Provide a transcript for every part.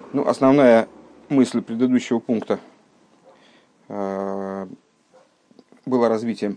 Ну, основная мысль предыдущего пункта было развитие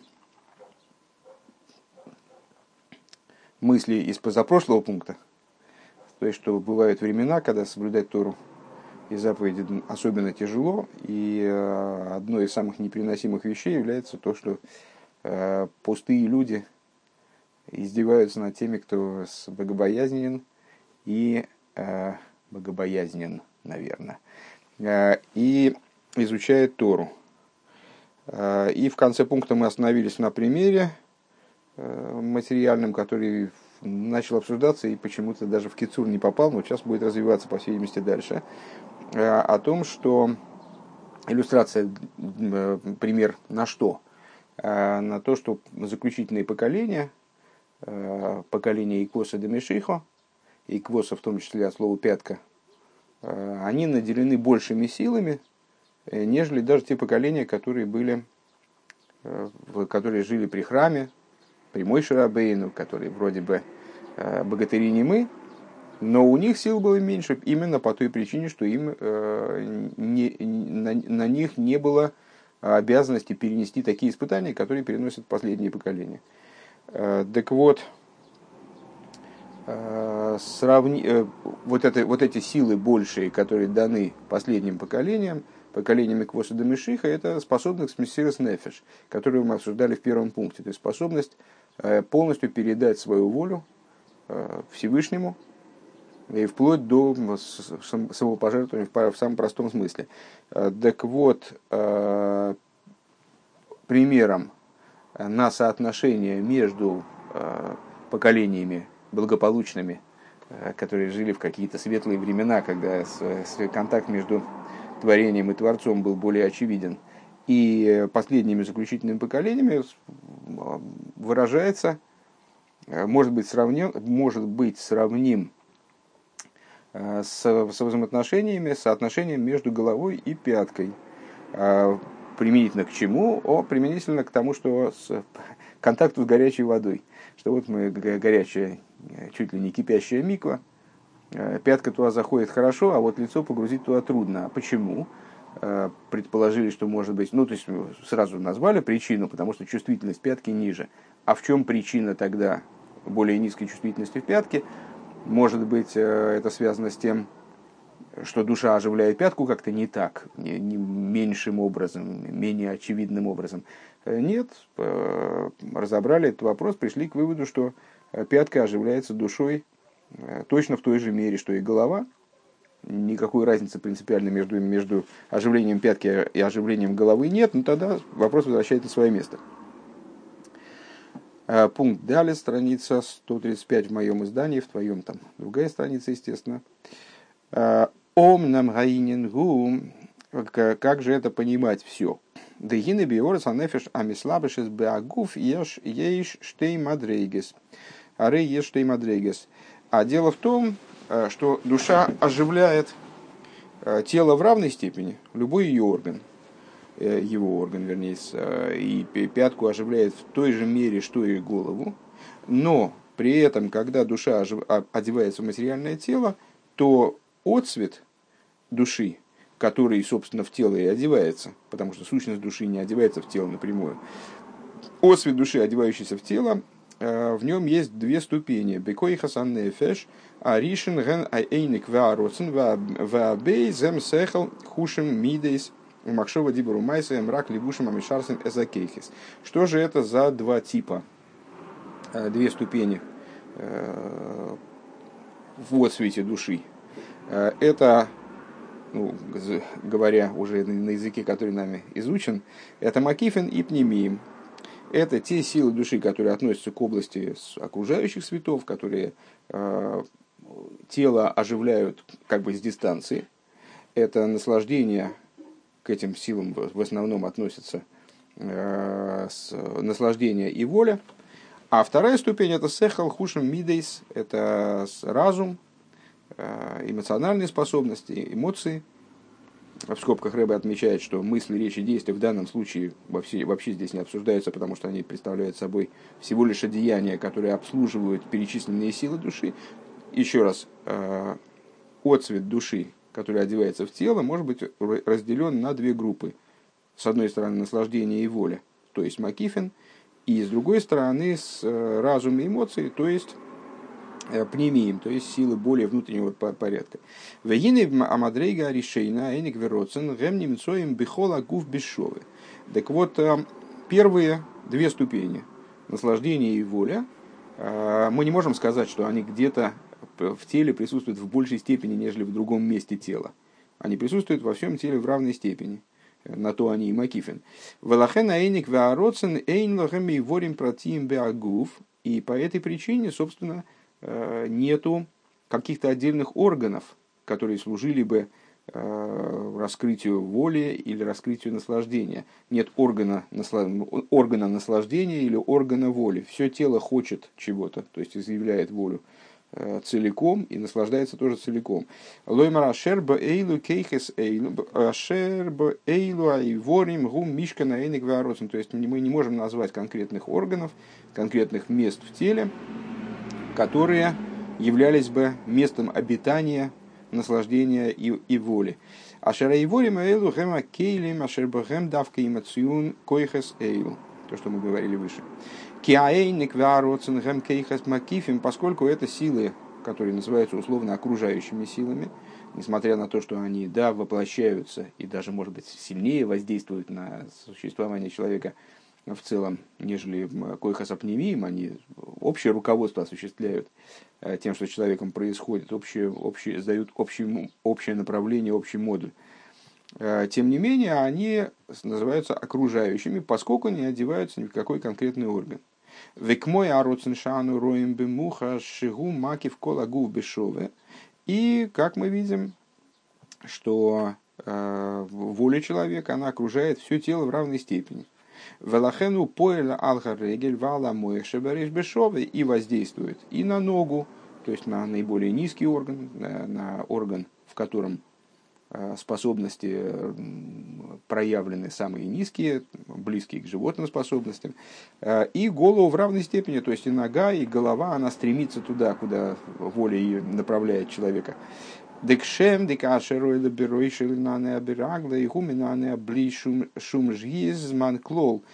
мысли из позапрошлого пункта. То есть, что бывают времена, когда соблюдать Тору и заповеди особенно тяжело, и одной из самых непереносимых вещей является то, что пустые люди издеваются над теми, кто богобоязнен и богобоязнен, наверное, и изучает Тору. И в конце пункта мы остановились на примере материальном, который начал обсуждаться и почему-то даже в Кицур не попал, но сейчас будет развиваться, по всей видимости, дальше. О том, что иллюстрация, пример на что? На то, что заключительные поколения, поколение Иквоса де Мешихо, Иквоса в том числе от слова пятка, они наделены большими силами, нежели даже те поколения, которые жили при храме, при Мойше Рабейну, которые вроде бы богатыри не мы, но у них сил было меньше именно по той причине, что на них не было обязанности перенести такие испытания, которые переносят последние поколения. Так вот, вот эти силы большие, которые даны последним поколениям Иквоса де Мешиха, это способность мессирас нефеш, которую мы обсуждали в первом пункте. То есть способность полностью передать свою волю Всевышнему, и вплоть до самопожертвования в самом простом смысле. Так вот, примером на соотношение между поколениями благополучными, которые жили в какие-то светлые времена, когда контакт между творением и Творцом был более очевиден, и последними заключительными поколениями выражается, может быть сравним с взаимоотношениями, соотношением между головой и пяткой. Применительно к чему? Применительно к тому, что к контакту с горячей водой. Что вот мы горячая, чуть ли не кипящая миква, пятка туда заходит хорошо, а вот лицо погрузить туда трудно. А почему? Предположили, что может быть, то есть сразу назвали причину, потому что чувствительность пятки ниже. А в чем причина тогда более низкой чувствительности в пятке? Может быть, это связано с тем, что душа оживляет пятку как-то не так, не меньшим образом, менее очевидным образом. Нет, разобрали этот вопрос, пришли к выводу, что пятка оживляется душой точно в той же мере, что и голова. Никакой разницы принципиально между оживлением пятки и оживлением головы нет, но тогда вопрос возвращается на свое место. Пункт далее, страница 135 в моем издании, в твоем там другая страница, естественно. Ом нам гаинин гум, как же это понимать все? Дегины биорас анефеш амислабешес беагуф еш штей мадрейгес. Аре еш штей мадрейгес. А дело в том, что душа оживляет тело в равной степени, любой ее орган, и пятку оживляет в той же мере, что и голову, но при этом, когда душа одевается в материальное тело, то отцвет души, который, собственно, в тело и одевается, потому что сущность души не одевается в тело напрямую, отцвет души, одевающийся в тело, в нем есть две ступени. Бекой хасан нефеш, аришен ген айник ваароцен ваабей зем сехал хушем мидейс махшова дибару майса мрак либушем амишарсен эзакейхис. Что же это за два типа, две ступени в отцвете души? Это, говоря уже на языке, который нами изучен, это макифен и пнемиим. Это те силы души, которые относятся к области окружающих светов, которые тело оживляют как бы с дистанции. Это наслаждение, к этим силам в основном относятся наслаждение и воля. А вторая ступень — это сехал хушем мидейс, это разум, эмоциональные способности, эмоции. В скобках Рэбе отмечает, что мысли, речи, действия в данном случае вообще здесь не обсуждаются, потому что они представляют собой всего лишь одеяния, которые обслуживают перечисленные силы души. Еще раз, отцвет души который одевается в тело, может быть разделен на две группы. С одной стороны, наслаждение и воля, то есть макифин, и с другой стороны, разум и эмоции, то есть пнемиим, то есть силы более внутреннего порядка. Вегины амадрейга решейна эник вероцен гем немцоим бихола гуф бешовы. Так вот, первые две ступени, наслаждение и воля, мы не можем сказать, что они где-то в теле присутствуют в большей степени, нежели в другом месте тела. Они присутствуют во всем теле в равной степени. На то они и макифин. Велахен айник веароцен эйн лохем и ворим протиим беагуф. И по этой причине, собственно, нету каких-то отдельных органов, которые служили бы раскрытию воли или раскрытию наслаждения. Нет органа наслаждения или органа воли. Все тело хочет чего-то, то есть изъявляет волю целиком и наслаждается тоже целиком. Лоймар ашерба эйлу кейхес эйлу ашерба эйлу айворим гум мишкана эйник вароцен. То есть мы не можем назвать конкретных органов, конкретных мест в теле, которые являлись бы местом обитания, наслаждения и воли. Ашера и ворим эйлу гэма кейлим ашерба гэм давка имацион койхес эйлу. То, что мы говорили выше. Поскольку это силы, которые называются условно окружающими силами, несмотря на то, что они, да, воплощаются и даже, может быть, сильнее воздействуют на существование человека в целом, нежели койхас апнемиим, они общее руководство осуществляют тем, что с человеком происходит, сдают общее направление, общий модуль. Тем не менее, они называются окружающими, поскольку не одеваются ни в какой конкретный орган. Векмой ароценшану роем бемуха шигу макив колагу бешове. И, как мы видим, что воля человека, она окружает все тело в равной степени. Велахену поэля алхарегель вала моешебереш бешове и воздействует и на ногу, то есть на наиболее низкий орган, на орган, в котором способности проявлены самые низкие, близкие к животным способностям, и голову в равной степени, то есть и нога, и голова, она стремится туда, куда воля ее направляет человека. Декшем, декашеройле беройшель нане абирагла, и гуминане бли шум жгиз манклол.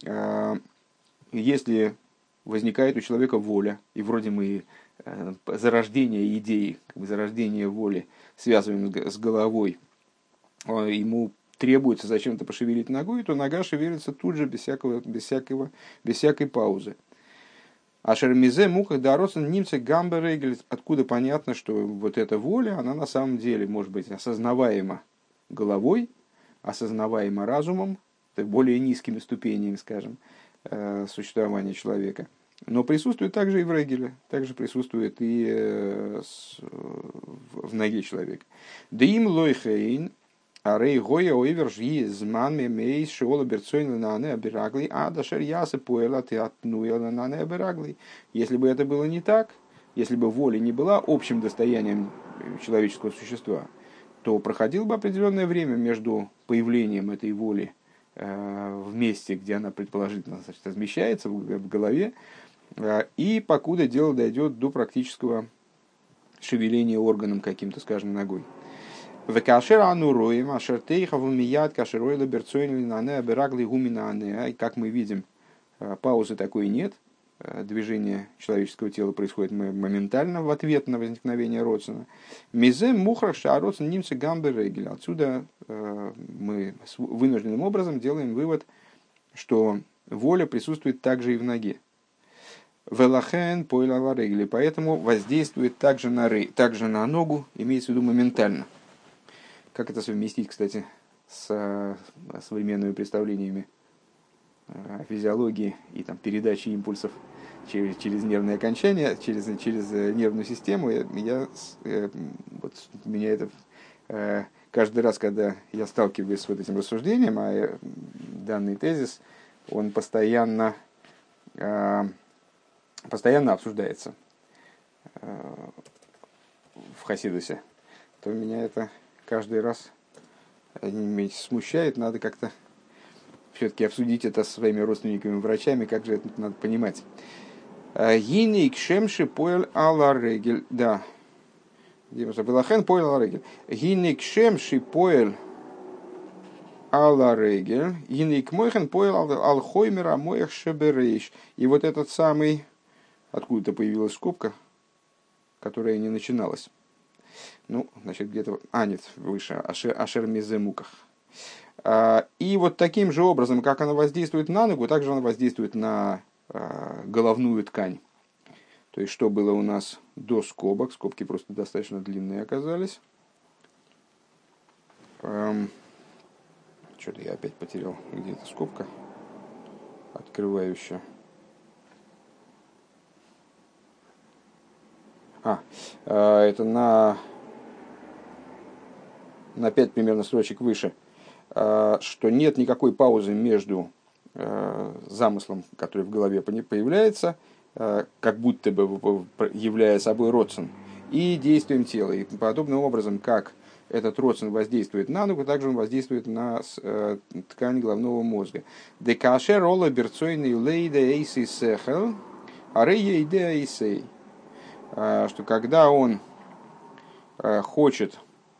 Если возникает у человека воля, и вроде мы зарождение идеи, зарождение воли связываем с головой, ему требуется зачем-то пошевелить ногой, то нога шевелится тут же без всякой паузы. А шермизе мука даросан немцы гамберегель, откуда понятно, что вот эта воля, она на самом деле может быть осознаваема головой, осознаваема разумом, более низкими ступенями, скажем, существования человека. Но присутствует также и в регеле, также присутствует и в ноге человека. Дим лойхейн, арей гоя ойверж и зман мемейс шиола берцойн ланане абирагли, а дашер ясы поэла ты отнуя ланане абирагли. Если бы это было не так, если бы воля не была общим достоянием человеческого существа, то проходило бы определенное время между появлением этой воли в месте, где она предположительно, значит, размещается в голове, и покуда дело дойдет до практического шевеления органом каким-то, скажем, ногой. Как мы видим, паузы такой нет. Движение человеческого тела происходит моментально в ответ на возникновение родствена. Мизем мухрах шаародсен нимцы гамбер регель. Отсюда мы вынужденным образом делаем вывод, что воля присутствует также и в ноге. Велахен пойлала регли, поэтому воздействует также на ногу, имеется в виду моментально. Как это совместить, кстати, с современными представлениями о физиологии и там, передачи импульсов через нервные окончания, через нервную систему? Меня это каждый раз, когда я сталкиваюсь с вот этим рассуждением, а данный тезис, он постоянно обсуждается в Хасидусе, то меня это каждый раз меня смущает. Надо как-то все-таки обсудить это со своими родственниками, врачами, как же это надо понимать. Гинейк шемши поэл ала регель. Да. Велахен поэл ала регель. Гинник шем ши поэл ала регель. Гинник мойхен поэл ал хоймера моих шеберейш. И вот этот самый, откуда-то появилась скобка, которая не начиналась. Ну, значит, где-то... нет, выше. Ашер миземуках. И вот таким же образом, как она воздействует на ногу, также она воздействует на головную ткань. То есть, что было у нас до скобок. Скобки просто достаточно длинные оказались. Что-то я опять потерял. Где-то скобка открывающая. Это на 5 примерно строчек выше. Что нет никакой паузы между замыслом, который в голове появляется, как будто бы являя собой родствен, и действием тела. И подобным образом, как этот родствен воздействует на ногу, также он воздействует на ткань головного мозга. Декашер ола берцойный лейда эйси сехел, арея идея эйсей. Что когда он хочет,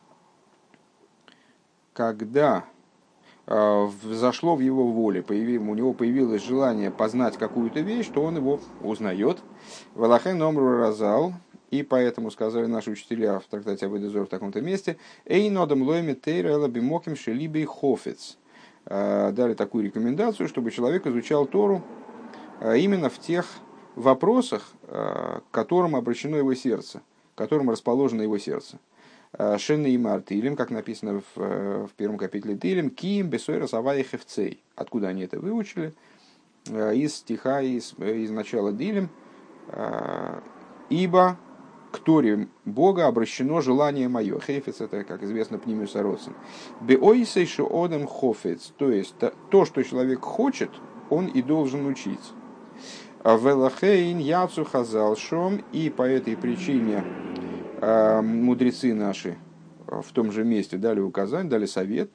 когда взошло в его воле, у него появилось желание познать какую-то вещь, то он его узнает. Валахен омру разал, и поэтому сказали наши учителя в трактате Авойда Зора в таком-то месте, «Эй нодам лойме тейра бимоким шелибей хофец». Дали такую рекомендацию, чтобы человек изучал Тору именно в тех вопросах, к которым обращено его сердце, к которым расположено его сердце. Шенна и Мартилем, как написано в первом капитле Тилем, Киим Бесойра Савай Хевцей. Откуда они это выучили? Из стиха, из начала Дилем. Ибо к Торе Бога обращено желание мое. Хефец — это, как известно, пнимиус аросен. Беойсей шеодем хофец. То есть, то, что человек хочет, он и должен учить. Велахейн яцу хазал шом. И по этой причине мудрецы наши в том же месте дали указание, дали совет,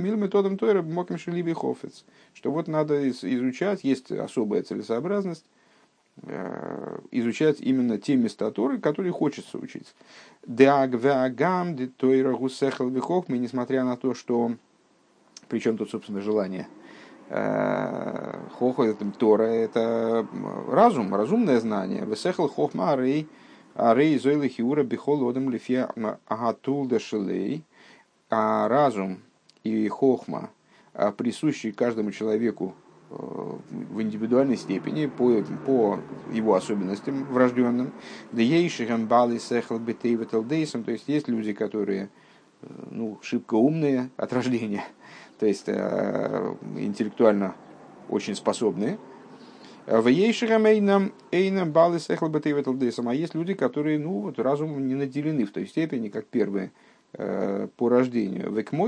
что вот надо изучать, есть особая целесообразность, изучать именно те места Торы, которые хочется учить. Несмотря на то, что... Причем тут, собственно, желание. Хоха, Тора — это разум, разумное знание. Весехал хохма арей, арей зойлы хиура бихол одам лифия агатул дешелей. А разум и хохма, присущие каждому человеку в индивидуальной степени, по его особенностям врожденным. То есть есть люди, которые шибко умные от рождения, то есть интеллектуально очень способные. А есть люди, которые разумом не наделены в той степени, как первые по рождению.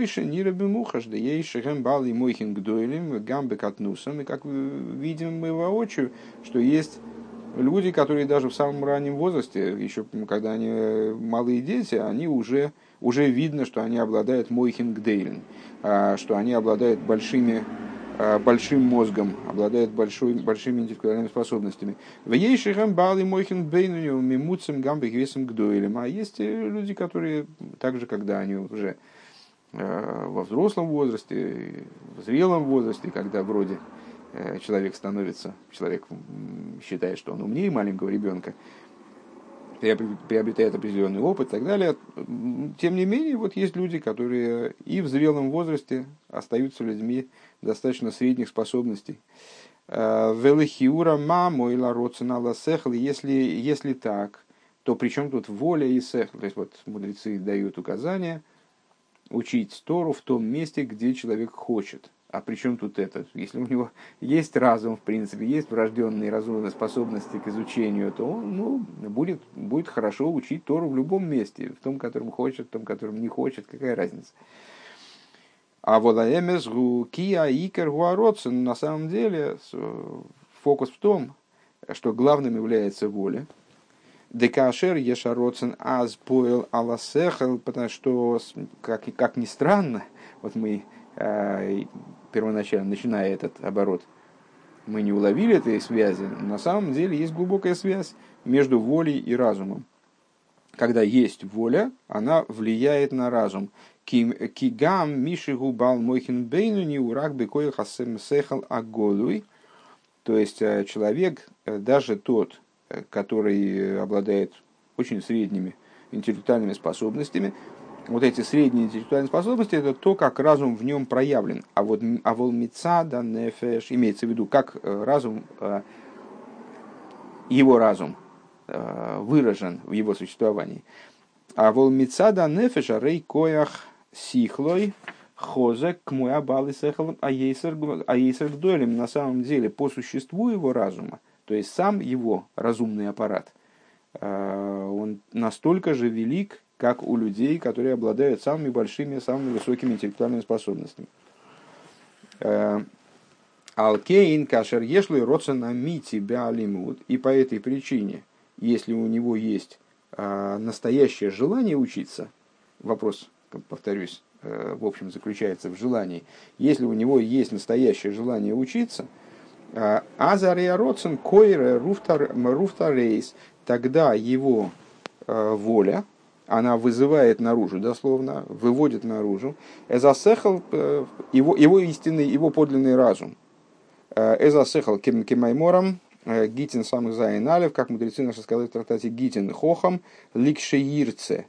И как видим мы воочию, что есть люди, которые даже в самом раннем возрасте, еще когда они малые дети, они уже видно, что они обладают мойхингдейлен, что они обладают большим мозгом, обладают большими интеллектуальными способностями. А есть люди, которые также, когда они уже во взрослом возрасте, в зрелом возрасте, когда вроде человек считает, что он умнее маленького ребенка, приобретает определенный опыт и так далее. Тем не менее, есть люди, которые и в зрелом возрасте остаются людьми достаточно средних способностей. Велихиура маму и лароцинала сехл. Если так, то при чем тут воля и сехл? То есть мудрецы дают указания учить Тору в том месте, где человек хочет. А при чем тут это? Если у него есть разум, в принципе, есть врожденные разумные способности к изучению, то он будет хорошо учить Тору в любом месте, в том, котором хочет, в том, котором не хочет, какая разница. А волаэмезгу кия икер гуароцен, на самом деле фокус в том, что главным является воля. Декашер ешароцен аз поэл аласехал, потому что, как ни странно, мы первоначально, начиная этот оборот, мы не уловили этой связи. На самом деле есть глубокая связь между волей и разумом. когда есть воля, она влияет на разум. Кигам мишигу бал мойхин бейну не урак бекоя хасем сехал аголуй. То есть человек, даже тот, который обладает очень средними интеллектуальными способностями, вот эти средние интеллектуальные способности — это то, как разум в нем проявлен. А вот аволмицада нефеш имеется в виду, как разум, его разум выражен в его существовании. А волмицада нефеша рей коях сихлой хозек к муябалы сехалом аейсер гдолем. На самом деле, по существу его разума, то есть сам его разумный аппарат, он настолько же велик, как у людей, которые обладают самыми большими, самыми высокими интеллектуальными способностями. Алкейн кашер ешлый родсен амити беалимут. И по этой причине, если у него есть настоящее желание учиться, вопрос, повторюсь, в общем заключается в желании, если у него есть настоящее желание учиться, азария родсен койре руфтарейс, тогда его воля, она вызывает наружу, дословно, выводит наружу, эзасехал, его истинный, его подлинный разум. Эзасехал кемайморам, гитин самых заиналев, как мудрецы наши сказали в трактате гитин хохам, ликшеирце.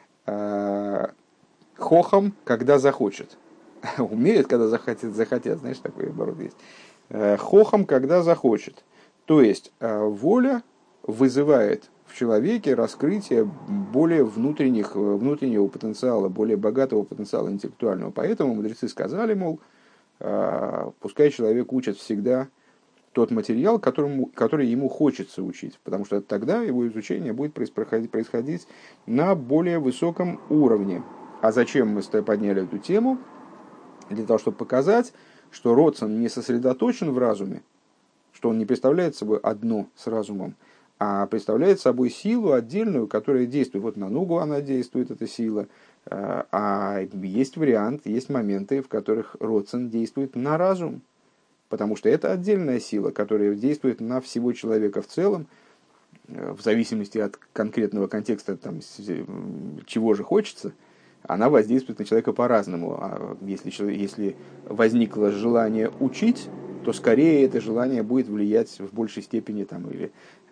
Хохам, когда захочет. Умеют, когда захотят, знаешь, такой оборот есть. Хохам, когда захочет. То есть, воля вызывает в человеке раскрытие более внутреннего потенциала, более богатого потенциала интеллектуального. Поэтому мудрецы сказали, мол, пускай человек учит всегда тот материал, который ему хочется учить, потому что тогда его изучение будет происходить на более высоком уровне. А зачем мы подняли эту тему? Для того, чтобы показать, что родсон не сосредоточен в разуме, что он не представляет собой одно с разумом, а представляет собой силу отдельную, которая действует. Вот на ногу она действует, эта сила. А есть вариант, есть моменты, в которых родсон действует на разум. Потому что это отдельная сила, которая действует на всего человека в целом, в зависимости от конкретного контекста, там, чего же хочется, она воздействует на человека по-разному. А если возникло желание учить, то скорее это желание будет влиять в большей степени там, или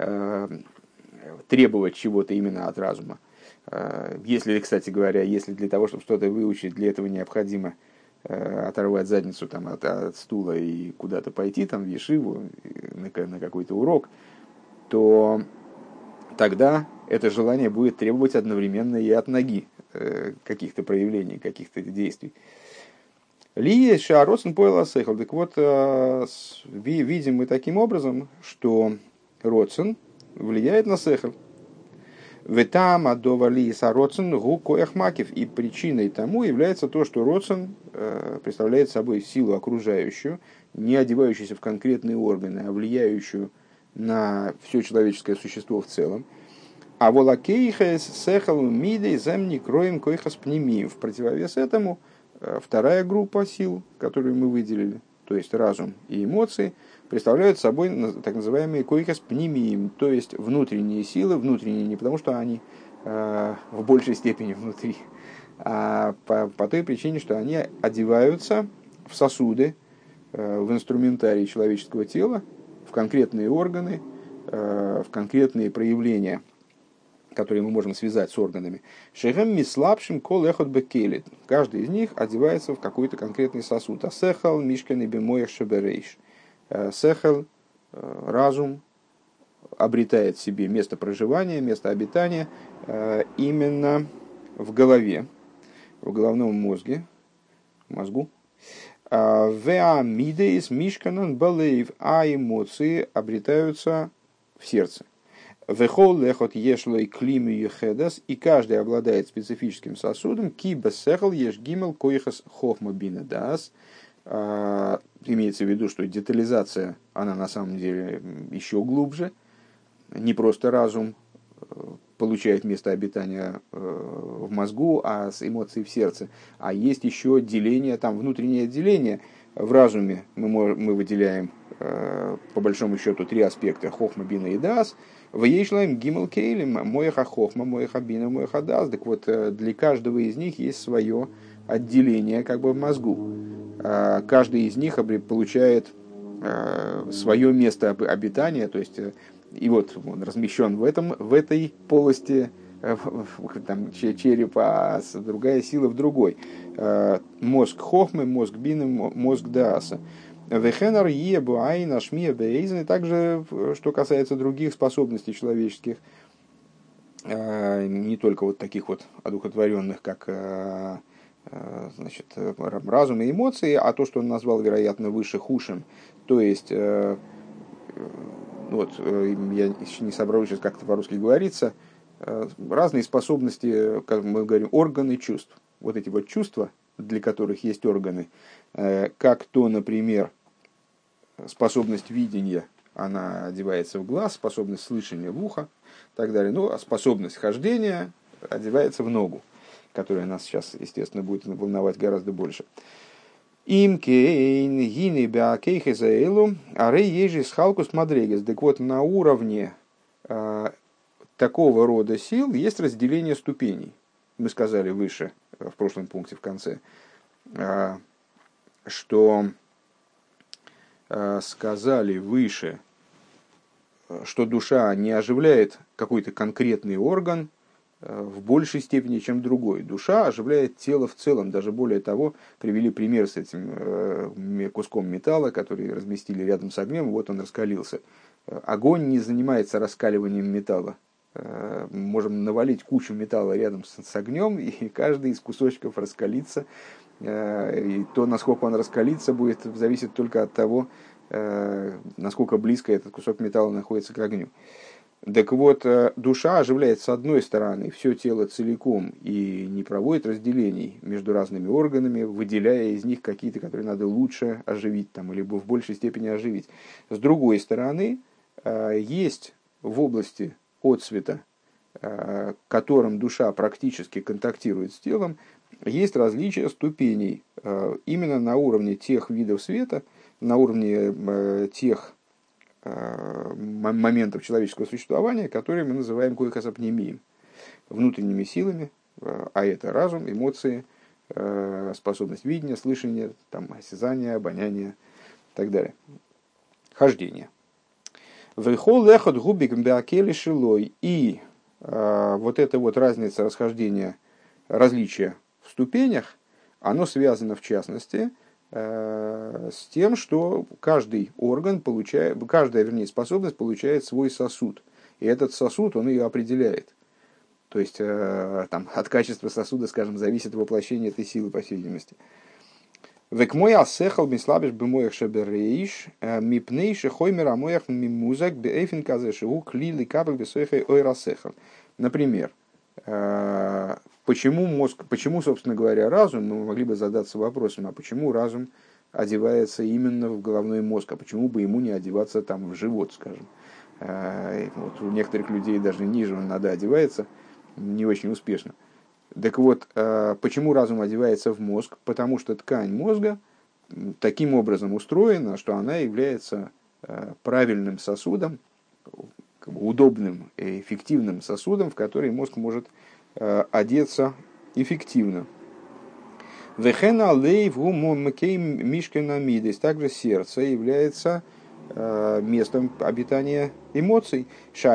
требовать чего-то именно от разума. Если, кстати говоря, если для того, чтобы что-то выучить, для этого необходимо оторвать задницу там, от стула и куда-то пойти там, в ешиву, на какой-то урок, то тогда это желание будет требовать одновременно и от ноги каких-то проявлений, каких-то действий. Ли шароцен поэла сехал. Так вот, видим мы таким образом, что родсен влияет на сехал. Ветам адовали сароцен гу кояхмакив. И причиной тому является то, что родсен представляет собой силу окружающую, не одевающуюся в конкретные органы, а влияющую на все человеческое существо в целом. А волакейхес сехал мидей земни кроем койхас пнемию. В противовес этому вторая группа сил, которую мы выделили, то есть разум и эмоции, представляют собой так называемые койхас пнемиим, то есть внутренние силы, внутренние не потому, что они в большей степени внутри, а по той причине, что они одеваются в сосуды, в инструментарий человеческого тела, в конкретные органы, в конкретные проявления, которые мы можем связать с органами. Шехем мислабшим кол эхот бекелит. Каждый из них одевается в какой-то конкретный сосуд. А сехал мишкан и бемоях шеберейш. Сехал, разум, обретает себе место проживания, место обитания именно в голове, в головном мозгу. Веамидеис мишканан балеев, а эмоции обретаются в сердце. Вехол лехот ешлой клими ехедас, и каждый обладает специфическим сосудом. Киба сехал еш гимел коихас хохма бина дас. Имеется в виду, что детализация, она на самом деле еще глубже. Не просто разум получает место обитания в мозгу, а с эмоцией в сердце. А есть еще деление, там внутреннее деление. В разуме мы выделяем по большому счету три аспекта: хохма, бина и даас. Вейшлаем гимл кейлем, моеха хохма, моеха бина, моеха дас. Так вот, для каждого из них есть свое отделение как бы в мозгу. Каждый из них получает свое место обитания, то есть и вот он размещен в этой полости там, черепа, а другая сила в другой. Мозг хохмы, мозг бины, мозг дааса. Вехенар ебу айна шмия бейзен. И также, что касается других способностей человеческих, не только вот таких вот одухотворенных, как значит, разум и эмоции, а то, что он назвал, вероятно, выше хушем, то есть, вот, я еще не соображу сейчас, как это по-русски говорится, разные способности, как мы говорим, органы чувств. Вот эти вот чувства, для которых есть органы, как то, например, способность видения, она одевается в глаз, способность слышания в ухо и так далее. Ну, а способность хождения одевается в ногу, которая нас сейчас, естественно, будет волновать гораздо больше. Им кейн гини беакейхе заэлу арей ежи схалкус мадрегес. Так вот, на уровне такого рода сил есть разделение ступеней. Мы сказали выше, в прошлом пункте в конце, что сказали выше, что душа не оживляет какой-то конкретный орган в большей степени, чем другой. Душа оживляет тело в целом. Даже более того, привели пример с этим куском металла, который разместили рядом с огнем, вот он раскалился. Огонь не занимается раскаливанием металла. Можем навалить кучу металла рядом с огнем, и каждый из кусочков раскалится. И то, насколько он раскалится, будет зависеть только от того, насколько близко этот кусок металла находится к огню. Так вот, душа оживляет с одной стороны все тело целиком и не проводит разделений между разными органами, выделяя из них какие-то, которые надо лучше оживить там, либо в большей степени оживить. С другой стороны, есть в области отцвета, которым душа практически контактирует с телом, есть различия ступеней именно на уровне тех видов света, на уровне тех моментов человеческого существования, которые мы называем койкасапнемием, внутренними силами, а это разум, эмоции, способность видения, слышания, там, осязания, обоняния и так далее. Хождение. И вот эта вот разница расхождения, различия в ступенях, оно связано в частности с тем, что каждый орган получает, каждая, вернее, способность получает свой сосуд. И этот сосуд, он ее определяет. То есть там, от качества сосуда, скажем, зависит воплощение этой силы, по всей видимости. Век мой асехал беслабиш бемоях шаберейш мипнейши хоймер амоях мимузак беэфин казэшеву клили кабель бесойхай ойрасехал. Например, почему, собственно говоря, разум, мы могли бы задаться вопросом, а почему разум одевается именно в головной мозг, а почему бы ему не одеваться там в живот, скажем. Вот у некоторых людей даже ниже он надо одевается, не очень успешно. Так вот, почему разум одевается в мозг? Потому что ткань мозга таким образом устроена, что она является правильным сосудом, удобным и эффективным сосудом, в который мозг может одеться эффективно. Также сердце является местом обитания эмоций.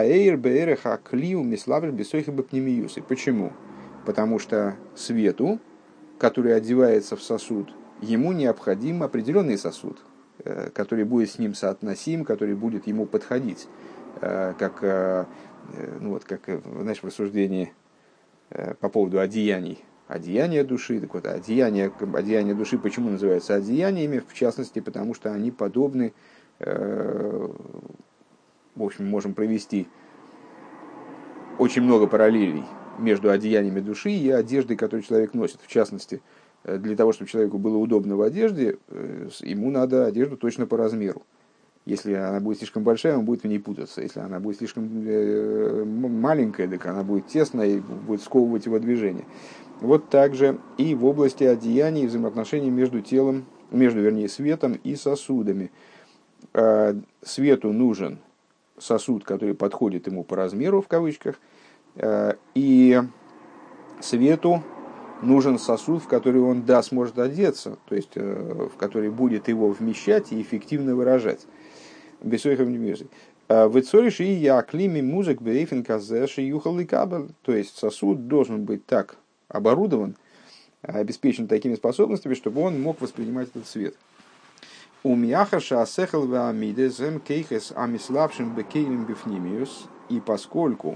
Почему? Потому что свету, который одевается в сосуд, ему необходим определенный сосуд, который будет с ним соотносим, который будет ему подходить. Как, ну вот, как знаешь, в рассуждении по поводу одеяний. Одеяния души. Так вот, одеяния души почему называются одеяниями? В частности, потому что они подобны, в общем, можем провести очень много параллелей между одеяниями души и одеждой, которую человек носит. В частности, для того, чтобы человеку было удобно в одежде, ему надо одежду точно по размеру. Если она будет слишком большая, он будет в ней путаться. Если она будет слишком маленькая, так она будет тесная и будет сковывать его движение. Вот так же и в области одеяний, взаимоотношений между телом, между, вернее, светом и сосудами. Свету нужен сосуд, который подходит ему по размеру, в кавычках, и свету нужен сосуд, в который он, да, сможет одеться, то есть в который будет его вмещать и эффективно выражать. Бесойхов мюзик. Выцоришь и я клими музык бейфен казеши юхал и кабель. То есть сосуд должен быть так оборудован, обеспечен такими способностями, чтобы он мог воспринимать этот свет. Умьяхаша асехал ваамидезем кейхес амиславшим бекейлем бифнимиус. И поскольку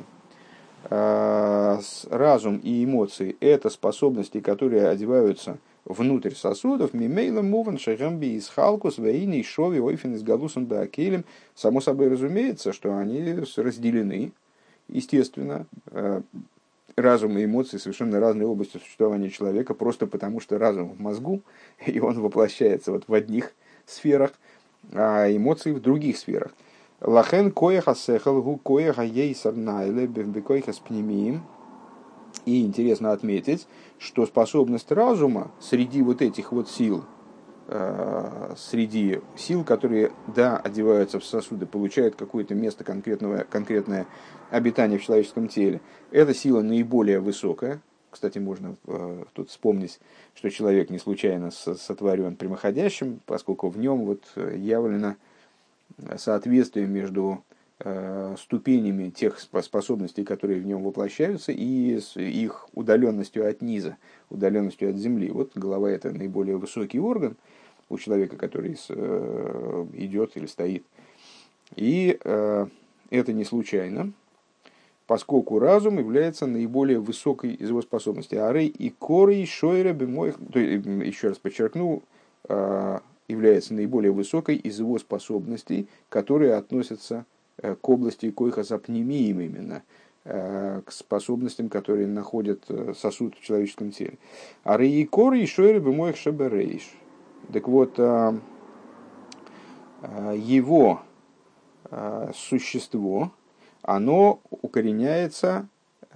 разум и эмоции — это способности, которые одеваются внутрь сосудов, мимейла муван шагамби из халкус вейни шови ойфен из галусом беакелем, само собой разумеется, что они разделены, естественно. Разум и эмоции — совершенно разные области существования человека, просто потому что разум в мозгу, и он воплощается вот в одних сферах, а эмоции в других сферах. Лахен коеха сехал гу коеха ейсар найле бекоеха спнемиим. И интересно отметить, что способность разума среди вот этих вот сил, среди сил, которые, да, одеваются в сосуды, получают какое-то место конкретное обитание в человеческом теле, эта сила наиболее высокая. Кстати, можно тут вспомнить, что человек не случайно сотворен прямоходящим, поскольку в нем вот явлено соответствие между ступенями тех способностей, которые в нем воплощаются, и с их удаленностью от низа, удаленностью от земли. Вот голова — это наиболее высокий орган у человека, который идет или стоит. И это не случайно, поскольку разум является наиболее высокой из его способностей. Арей и корей шойра бемоих, еще раз подчеркну, является наиболее высокой из его способностей, которые относятся к области койха сапнемиим, именно к способностям, которые находят сосуд в человеческом теле. А рейкор и шойры бы моих шаберейш. Так вот, его существо, оно укореняется,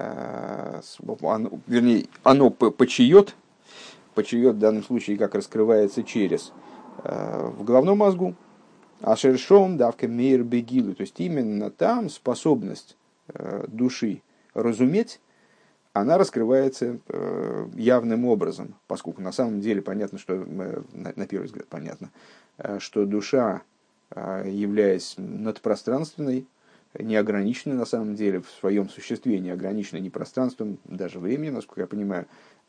оно почиет в данном случае, как раскрывается через в головном мозгу. Ашершом давка мейр бегилу, то есть именно там способность души разуметь, она раскрывается явным образом, поскольку на самом деле понятно, что, на первый взгляд понятно, что душа, являясь надпространственной, неограниченной на самом деле в своем существе, неограниченной ни пространством, даже временем, насколько я понимаю,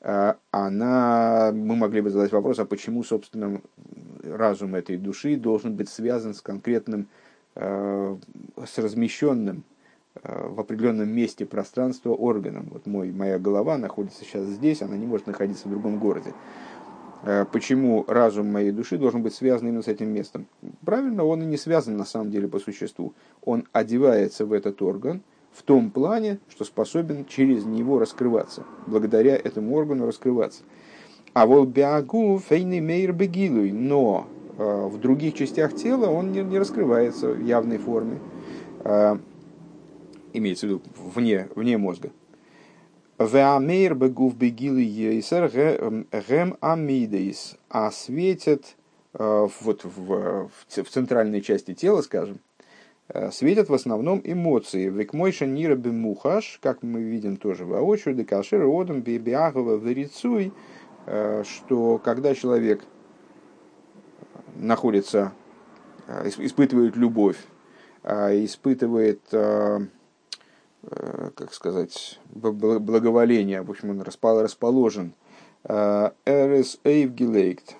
мы могли бы задать вопрос, а почему, собственно, разум этой души должен быть связан с конкретным, с размещенным в определенном месте пространства органом. Вот моя голова находится сейчас здесь, она не может находиться в другом городе. Почему разум моей души должен быть связан именно с этим местом? Правильно, он и не связан на самом деле по существу. Он одевается в этот орган в том плане, что способен через него раскрываться, благодаря этому органу раскрываться. А волбиагу фейни мейр бегилуй, но в других частях тела он не раскрывается в явной форме, имеется в виду вне мозга. Веамейр бегув бегилуй ейсер гэм амидейс, а светит вот в центральной части тела, скажем, светят в основном эмоции. Векмойша нира бемухаш, как мы видим тоже воочию, декашер одам бебиагова верицуй, что когда человек находится, испытывает любовь, испытывает, как сказать, благоволение, в общем, он расположен, эрес эйвгилейкт,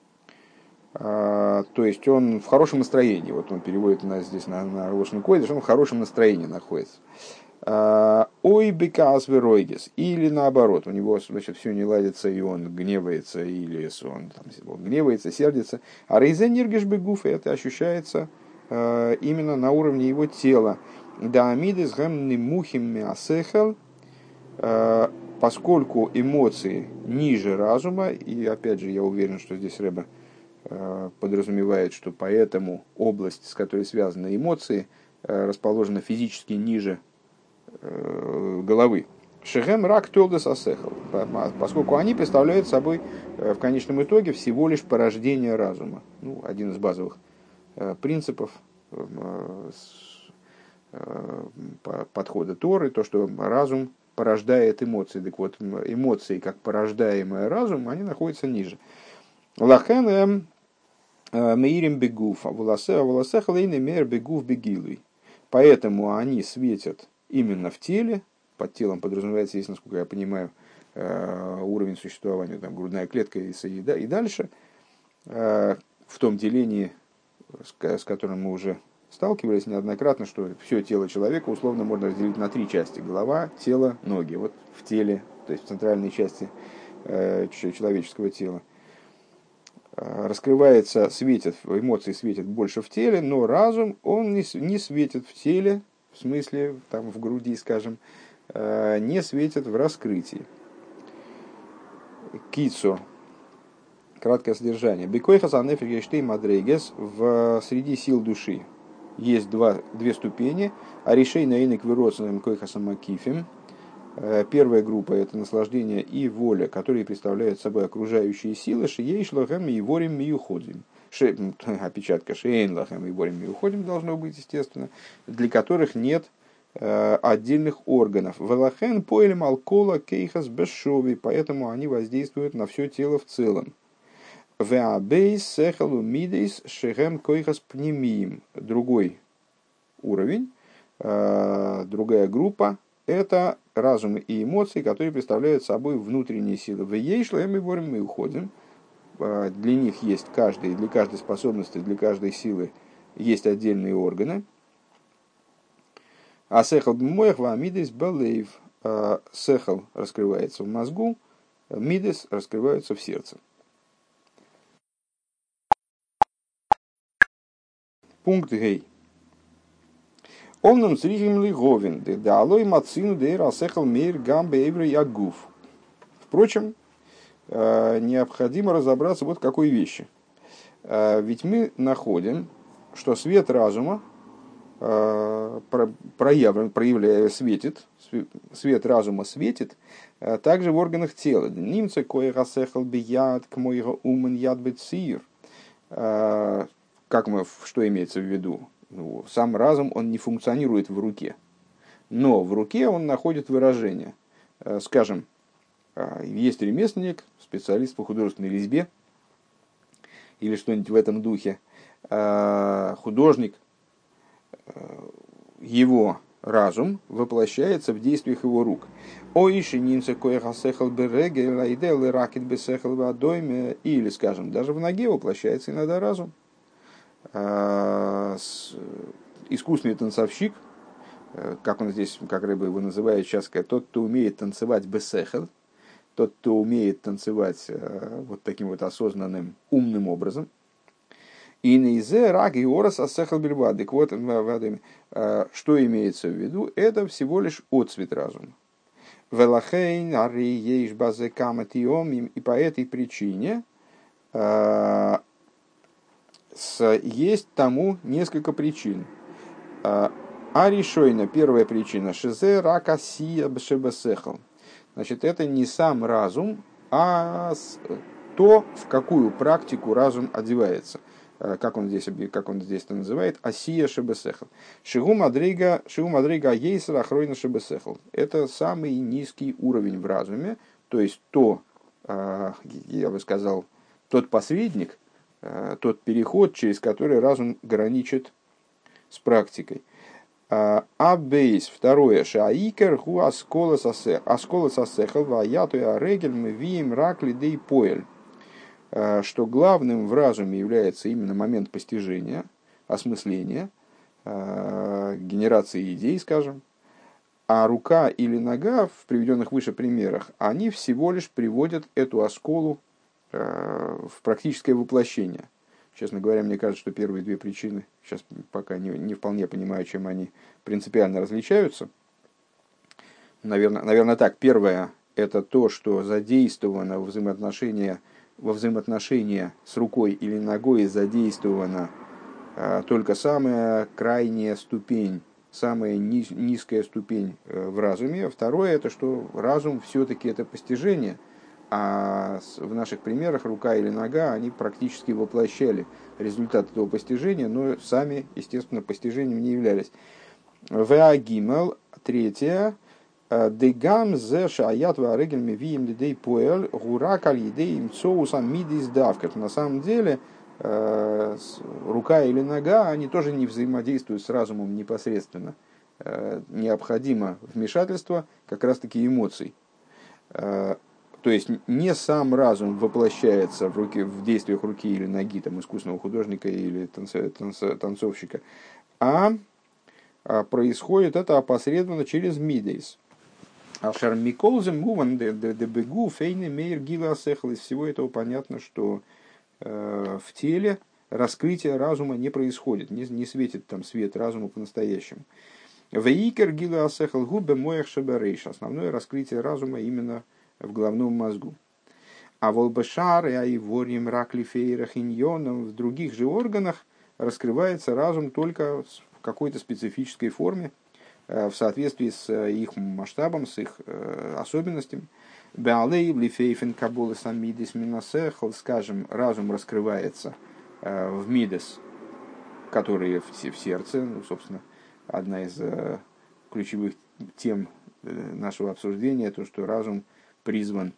то есть он в хорошем настроении. Вот он переводит нас здесь на Рошен Койдеш, он в хорошем настроении находится. Ой, бекас веройгес. Или наоборот, у него, значит, все не ладится, и он гневается, или он гневается, сердится. А рейзенергеш бегуф, это ощущается именно на уровне его тела. Да амидес гэм мухим мясехал, поскольку эмоции ниже разума, и опять же я уверен, что здесь Ребе подразумевает, что поэтому область, с которой связаны эмоции, расположена физически ниже головы. Шехем рак толдес асехал, поскольку они представляют собой в конечном итоге всего лишь порождение разума. Один из базовых принципов подхода Торы, то, что разум порождает эмоции. Так вот, эмоции, как порождаемые разум, они находятся ниже. Лахен меирим бегуф, а волосех лейны мер бегуф бегилуй. Поэтому они светят именно в теле. Под телом подразумевается, если, насколько я понимаю, уровень существования, там, грудная клетка и дальше, в том делении, с которым мы уже сталкивались неоднократно, что все тело человека условно можно разделить на три части: голова, тело, ноги. Вот в теле, то есть в центральной части человеческого тела раскрывается, светит, эмоции светят больше в теле, но разум, он не светит в теле, в смысле, там, в груди, скажем, не светит в раскрытии. Кицо. Краткое содержание. Бекойхас анефригештей мадрейгес. Среди сил души есть две ступени. А решей наинек вироцаным койхасом акифим. Первая группа – это наслаждение и воля, которые представляют собой окружающие силы. Шиейш лахем и ворим миюходим. Опечатка шейн лахем и ворим миюходим должно быть, естественно, для которых нет отдельных органов. Велахен поэлем алкола кейхас бешови, поэтому они воздействуют на все тело в целом. Веабейс сехалу мидейс шехем койхас пнемиим. Другой уровень, другая группа – это разум и эмоции, которые представляют собой внутренние силы. Веейшлем и ворим мы уходим. Для них есть для каждой способности, для каждой силы есть отдельные органы. А сехал бмоях ва мидес балейв. Сехал раскрывается в мозгу, мидес раскрываются в сердце. Пункт гей. Омном црихим лиговин, да алой мацину дейра сехал мейр гамбе эврей агуф. Впрочем, необходимо разобраться вот в какой вещи. Ведь мы находим, что свет разума светит, свет разума светит также в органах тела. Нимце коега сехал бияд к моего умен яд бецир. Что имеется в виду? Ну, сам разум, он не функционирует в руке, но в руке он находит выражение. Скажем, есть ремесленник, специалист по художественной резьбе или что-нибудь в этом духе, художник, его разум воплощается в действиях его рук. Или, скажем, даже в ноге воплощается иногда разум. Искусный танцовщик, как он здесь, как Рэбе его называет сейчас, тот, кто умеет танцевать бесехел, тот, кто умеет танцевать вот таким вот осознанным, умным образом. И нейзе раг и орас асехал бельбадик. Вот что имеется в виду? Это всего лишь отцвет разума. Велахейн ари ейш базе каматиом, и по этой причине есть тому несколько причин. Аришойна, первая причина, шизе рака сия бшебесехал. Значит, это не сам разум, а то, в какую практику разум одевается. Как он здесь это называет, асия шебесехал. Шигу мадрига ейсра хройна шебесехал. Это самый низкий уровень в разуме, то есть я бы сказал, тот посредник, тот переход, через который разум граничит с практикой. Абейс, второе, шаикер ху аскола сасехал ваяту я регель мы вием ракли дей поэль. Что главным в разуме является именно момент постижения, осмысления, генерации идей, скажем, а рука или нога в приведенных выше примерах, они всего лишь приводят эту асколу в практическое воплощение. Честно говоря, мне кажется, что первые две причины, сейчас пока не вполне понимаю, чем они принципиально различаются. Наверное так. Первое – это то, что задействовано во взаимоотношения с рукой или ногой задействована только самая крайняя ступень, самая низкая ступень в разуме. Второе – это что разум все-таки это постижение, а в наших примерах рука или нога, они практически воплощали результат этого постижения, но сами, естественно, постижением не являлись. Веагимел, третье. Дегам зе шаят варегель мивием лидей поэль гура каль едей им соусам мидис давкат. На самом деле, рука или нога, они тоже не взаимодействуют с разумом непосредственно. Необходимо вмешательство как раз-таки эмоций. То есть не сам разум воплощается в действиях руки или ноги там, искусного художника или танцовщика, а происходит это опосредованно через мидейс. Ашар Миколзем Муван де Бегу Фейне Мейр Гила Асехал. Из всего этого понятно, что в теле раскрытие разума не происходит, не светит там свет разума по-настоящему. Вейкер Гила Асехал Губе Моях Шабарейш. Основное раскрытие разума именно в головном мозгу. А волбашар и айворим раклифейрах иньоном в других же органах раскрывается разум только в какой-то специфической форме, в соответствии с их масштабом, с их особенностями. Скажем, разум раскрывается в мидес, которые в сердце. Ну, собственно, одна из ключевых тем нашего обсуждения, то, что разум призван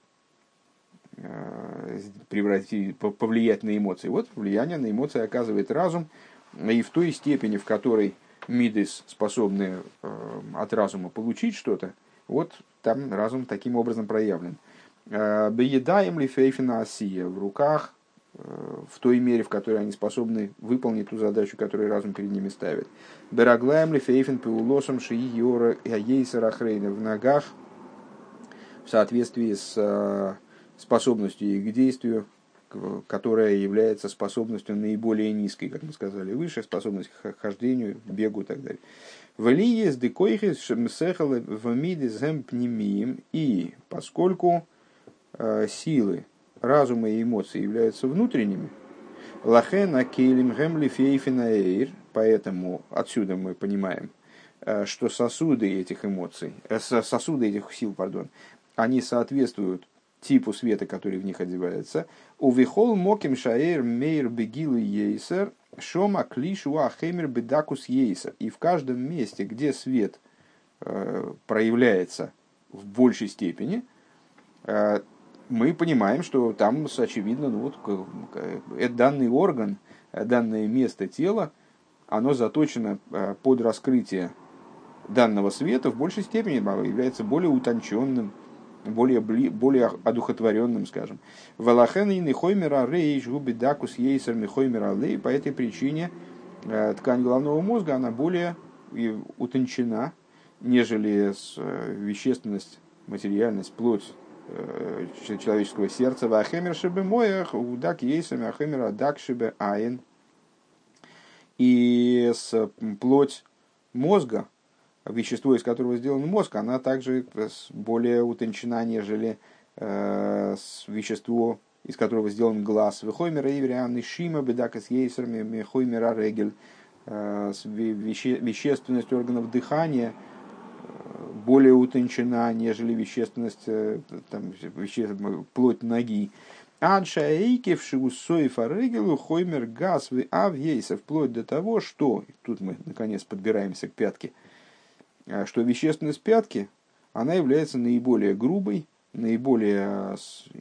повлиять на эмоции. Вот влияние на эмоции оказывает разум, и в той степени, в которой мидес способны от разума получить что-то, вот там разум таким образом проявлен. Беедаем ли фейфина осия в руках, в той мере, в которой они способны выполнить ту задачу, которую разум перед ними ставит. Бераглаем ли фейфин пеулосом шии йора ейсарахрейна в ногах, в соответствии с способностью их к действию, которая является способностью наиболее низкой, как мы сказали выше, способность к хождению, бегу и так далее. И поскольку силы разума и эмоций являются внутренними, поэтому отсюда мы понимаем, что сосуды этих эмоций, сосуды этих сил, они соответствуют типу света, который в них одевается. Увихол моким шаэр мейр бегил ейсер шома клишу ахемер бедакус ейсер. И в каждом месте, где свет проявляется в большей степени, мы понимаем, что там, очевидно, данный орган, данное место тела, оно заточено под раскрытие данного света в большей степени, является более утонченным, более одухотворенным, скажем. По этой причине ткань головного мозга, она более утончена, нежели вещественность, материальность, плоть человеческого сердца. И с плоть мозга, вещество, из которого сделан мозг, она также более утончена, нежели вещество, из которого сделан глаз. Вещественность органов дыхания более утончена, нежели вещественность плоть ноги. Вплоть до того, что, тут мы наконец подбираемся к пятке, что вещественность пятки, она является наиболее грубой, наиболее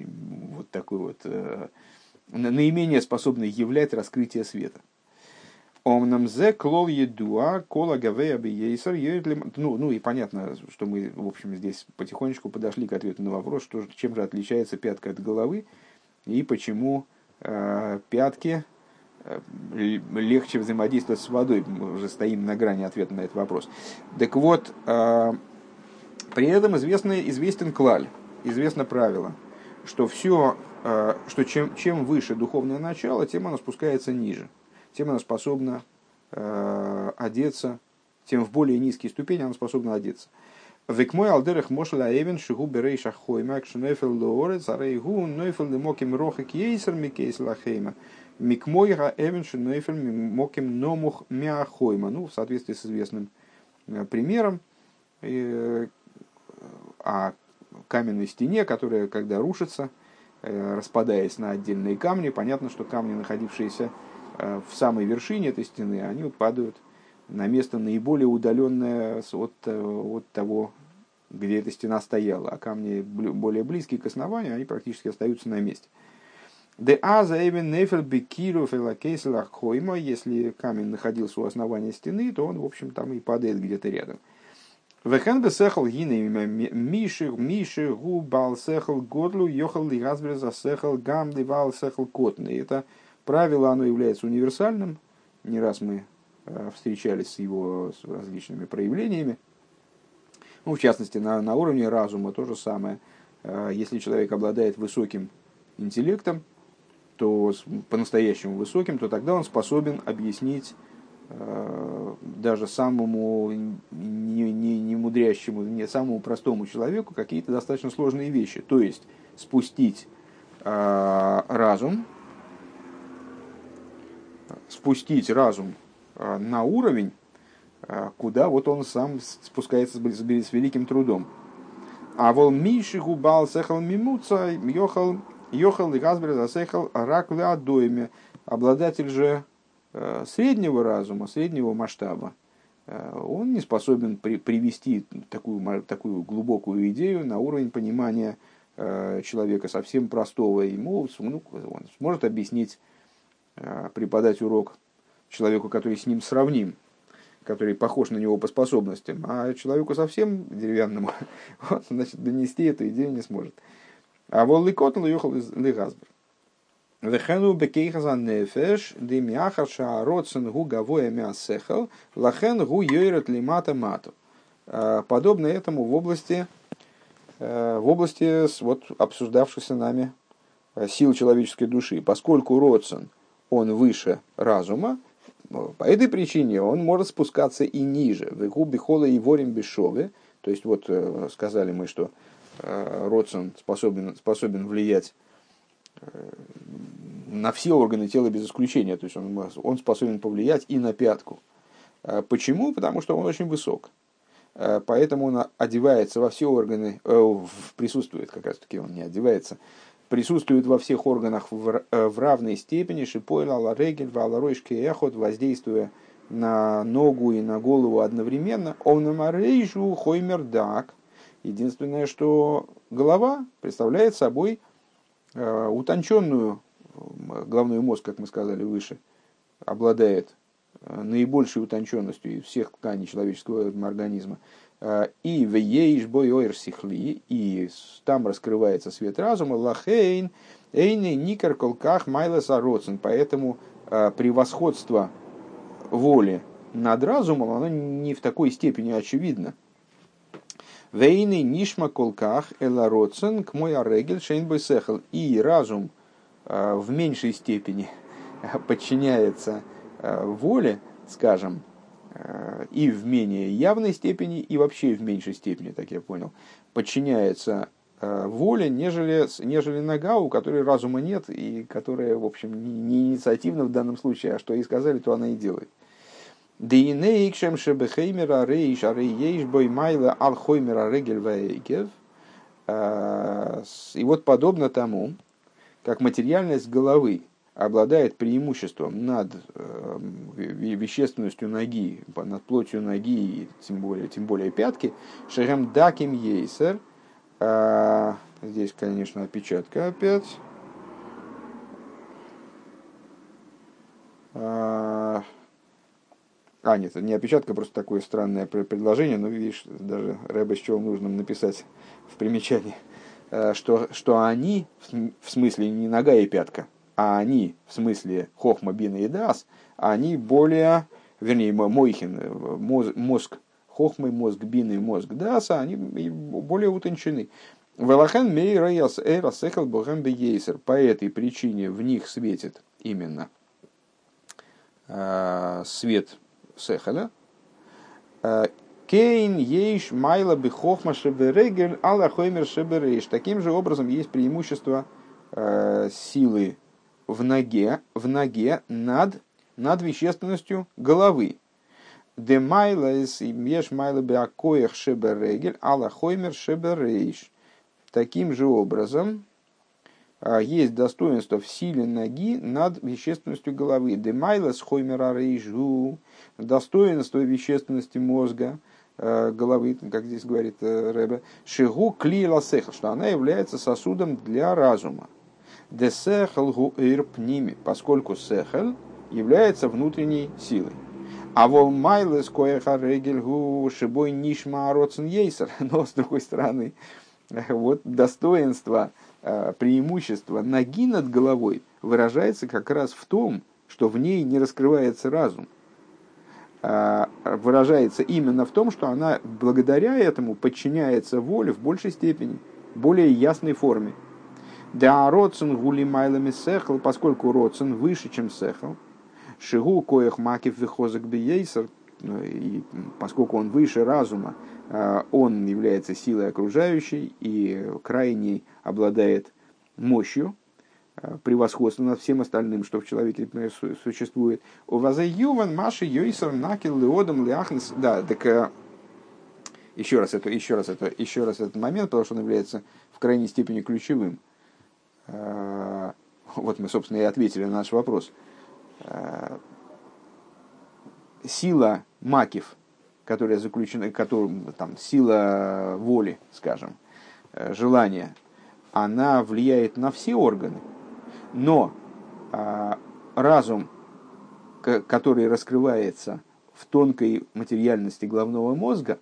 наименее способной являть раскрытие света. Омнам зе клол едуа кола гавея бейсер. Ну и понятно, что мы, в общем, здесь потихонечку подошли к ответу на вопрос, чем же отличается пятка от головы и почему пятки легче взаимодействовать с водой. Мы уже стоим на грани ответа на этот вопрос. Так вот, при этом известен клаль, известно правило, что все, что чем выше духовное начало, тем оно спускается ниже, тем оно способно одеться, тем в более низкие ступени оно способно одеться. Векмой алдерах мошла эвен шигу берейша хойма кшнефел лоорец арейгу нойфел демоким рохик ейсер микейс лахейма микмойра эвен шнефел моким номух мяхойма. Ну, в соответствии с известным примером о каменной стене, которая, когда рушится, распадаясь на отдельные камни, понятно, что камни, находившиеся в самой вершине этой стены, они падают на место наиболее удаленное от того, где эта стена стояла, а камни более близкие к основанию, они практически остаются на месте. Если камень находился у основания стены, то он, в общем, там и падает где-то рядом. Это правило, оно является универсальным. Не раз мы встречались с различными проявлениями. Ну, в частности, на уровне разума то же самое. Если человек обладает высоким интеллектом, то по-настоящему высоким, то тогда он способен объяснить даже самому немудрящему, не самому простому человеку какие-то достаточно сложные вещи. То есть спустить разум на уровень, куда вот он сам спускается с великим трудом. А вол миши губал сехал мимуца йохал и газбер засехал ракли адойме. Обладатель же среднего разума, среднего масштаба, он не способен привести такую глубокую идею на уровень понимания человека совсем простого. Ему он сможет объяснить, преподать урок человеку, который с ним сравним, который похож на него по способностям, а человеку совсем деревянному, вот, значит, донести эту идею не сможет. А волликот луехал лигазбер. Вехену бекейхаза нефеш демьяхар шааротсен гу гавоя мясехал лахен гу йойрет лимата мату. Подобно этому в области вот, обсуждавшихся нами сил человеческой души. Поскольку родсен, он выше разума, по этой причине он может спускаться и ниже. Вегу бихола и ворим бешове. То есть, вот сказали мы, что родсен способен влиять на все органы тела без исключения. То есть он способен повлиять и на пятку. Почему? Потому что он очень высок. Поэтому он одевается во все органы, присутствует, как раз таки он не одевается, присутствует во всех органах в равной степени, шипойла, аларегель, валаройшки эхот, воздействуя на ногу и на голову одновременно. Овнамарейжу хоймердак. Единственное, что голова представляет собой утонченную, головной мозг, как мы сказали выше, обладает наибольшей утонченностью из всех тканей человеческого организма. И в ейш бойойр сихли, и там раскрывается свет разума, лахейн, эйны никар колках майлес ароцен. Поэтому превосходство воли над разумом, оно не в такой степени очевидно. Вейны нишма колках элароцен к мой арегель шейнбой сехал. И разум в меньшей степени подчиняется воле, скажем, и в менее явной степени, и вообще в меньшей степени, так я понял, подчиняется воле, нежели нога, у которой разума нет, и которая, в общем, не инициативна в данном случае, а что ей сказали, то она и делает. И вот подобно тому, как материальность головы обладает преимуществом над вещественностью ноги, над плотью ноги, и тем более пятки, шерем даким ейсер, здесь, конечно, опечатка опять. Нет, это не опечатка, просто такое странное предложение, но видишь, даже Рэбе счел нужным написать в примечании, что они, в смысле не нога и пятка, а они, в смысле хохма, бина и дас, они более, вернее, мойхин, мозг хохмы, мозг бины, мозг даса, они более утончены. Велахан мейра яс эра сехал богам бейсер. По этой причине в них светит именно свет сехаля. Кейн ейш майла бихохма шеберегель алла хоймер шеберейш. Таким же образом есть преимущество силы в ноге над вещественностью головы. Де майлас и еш майла беакоях шеберегель алла хоймер шеберейш. Таким же образом есть достоинство в силе ноги над вещественностью головы. Демайлас хоймера рейжу, достоинство вещественности мозга, головы, как здесь говорит Ребе, шигу кли ласехал, что она является сосудом для разума. Десехал гу ирпними, поскольку сехал является внутренней силой. А волмайлес коеха регель гу шибой нишма роцен ейсер. Но с другой стороны, вот достоинство, преимущество ноги над головой выражается как раз в том, что в ней не раскрывается разум. Выражается именно в том, что она благодаря этому подчиняется воле в большей степени, более ясной форме. Да роцен гули майлами сехал, поскольку роцен выше, чем сехал. Шигу коях макив вихозак бейсер, и поскольку он выше разума, он является силой окружающей и крайне обладает мощью, превосходством над всем остальным, что в человеке существует. У вазаюван маши йойсер накил леодом леахнес. Да, так еще раз этот момент, потому что он является в крайней степени ключевым. Вот мы, собственно, и ответили на наш вопрос. Сила макив, которая заключена, там, сила воли, скажем, желания, она влияет на все органы, но разум, который раскрывается в тонкой материальности головного мозга,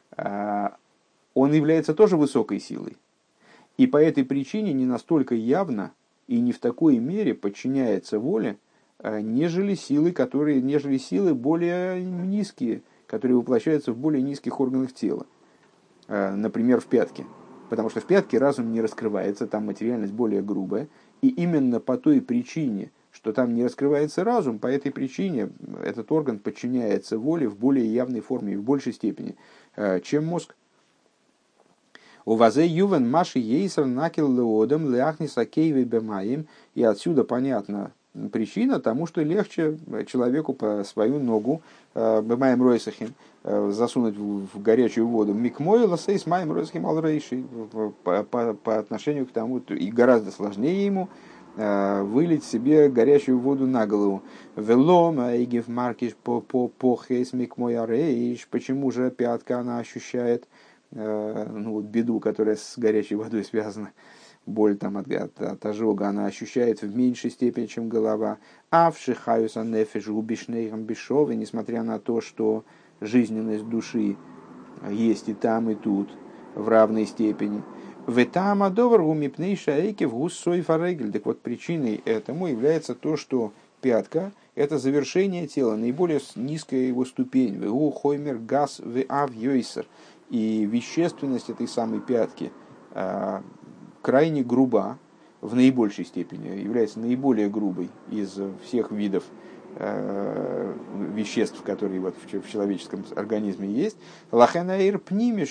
он является тоже высокой силой. И по этой причине не настолько явно и не в такой мере подчиняется воле, нежели силы более низкие, которые воплощаются в более низких органах тела. Например, в пятке. Потому что в пятке разум не раскрывается, там материальность более грубая. И именно по той причине, что там не раскрывается разум, по этой причине этот орган подчиняется воле в более явной форме и в большей степени, чем мозг. У вазе ювен маши ейсер накил леодом ляхниса кейви бемаим. И отсюда понятна причина тому, что легче человеку по свою ногу бемаим ройсахим засунуть в горячую воду микмой ласейс маем ройсахим алрейши по отношению к тому, и гораздо сложнее ему вылить себе горячую воду на голову. Велом айгив маркиш по хейс микмой арейш. Почему же пятка она ощущает беду, которая с горячей водой связана, боль там от ожога, она ощущает в меньшей степени, чем голова. А в шихаюса нефиш губишнейгам бешовы, несмотря на то, что жизненность души есть и там, и тут в равной степени. В там адоваргу мипнейша эйки в гуссой фарегель. Так вот, причиной этому является то, что пятка – это завершение тела, наиболее низкая его ступень. Вегу хоймер газ в авьёйсер. И вещественность этой самой пятки крайне груба, в наибольшей степени, является наиболее грубой из всех видов веществ, которые вот в человеческом организме есть. Лахенаир пними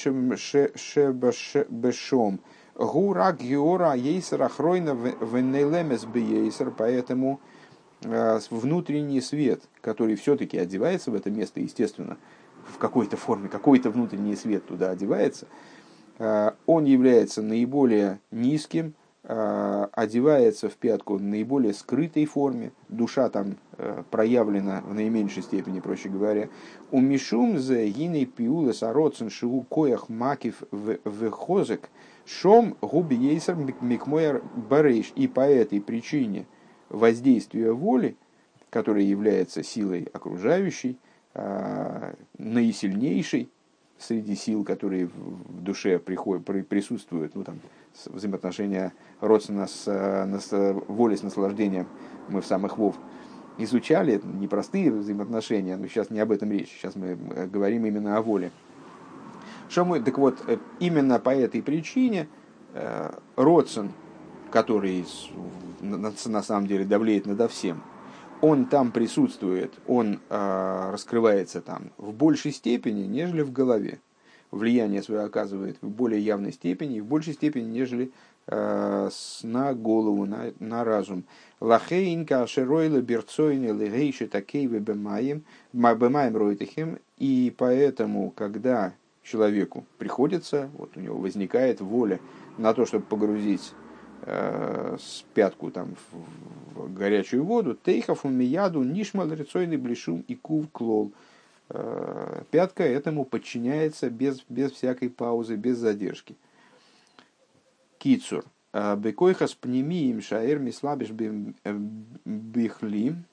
шебешом гура геора ейсера хройна венелемес бейсер. Поэтому внутренний свет, который все-таки одевается в это место, естественно, в какой-то форме, какой-то внутренний свет туда одевается, он является наиболее низким, одевается в пятку в наиболее скрытой форме, душа там проявлена в наименьшей степени, проще говоря. У мишум зе гиней пиула сароцен шиу коях макив в хозек шом губи ейсер микмоер барейш. И по этой причине воздействие воли, которая является силой окружающей, наисильнейшей среди сил, которые в душе присутствуют, взаимоотношения родственно с волей, с наслаждением, мы в самых вов изучали, непростые взаимоотношения, но сейчас не об этом речь, сейчас мы говорим именно о воле. Так вот, именно по этой причине родствен, который на самом деле давлеет надо всем, он там присутствует, он раскрывается там в большей степени, нежели в голове. Влияние свое оказывает в более явной степени, в большей степени, нежели на голову, на разум. Лахейнка шеройла берцойны легейши такейвы бемаем ройтахим. И поэтому, когда человеку приходится, вот у него возникает воля на то, чтобы погрузить с пятку там, в горячую воду, тейхов умияду нишмал рецойный блишум и кув клол. Пятка этому подчиняется без всякой паузы, без задержки. Кицур. Бекойхас пнемиим шаэр мислабиш бихли.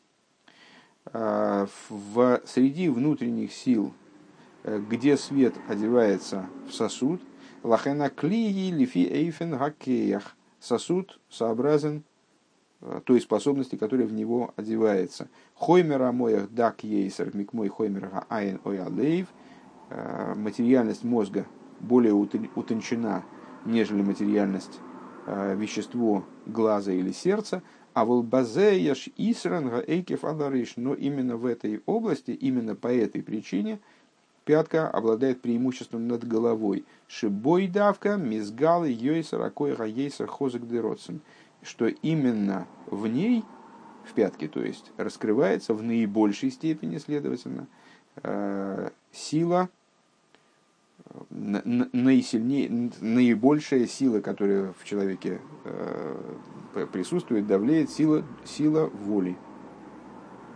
Среди внутренних сил, где свет одевается в сосуд, лахена клии лифи эйфен хакеях. Сосуд сообразен той способности, которая в него одевается. Хоймера моях дак ейсер микмой хоймера айн оялейв. Материальность мозга более утончена, нежели материальность вещество глаза или сердца. А волбазеяш исранга эйкев адариш. Но именно в этой области, именно по этой причине пятка обладает преимуществом над головой. Шибой давка мизгалы йойсер акойга ейсер хозык деротсен. Что именно в ней, в пятке, то есть, раскрывается в наибольшей степени, следовательно, сила, наибольшая сила, которая в человеке присутствует, давлеет, сила воли.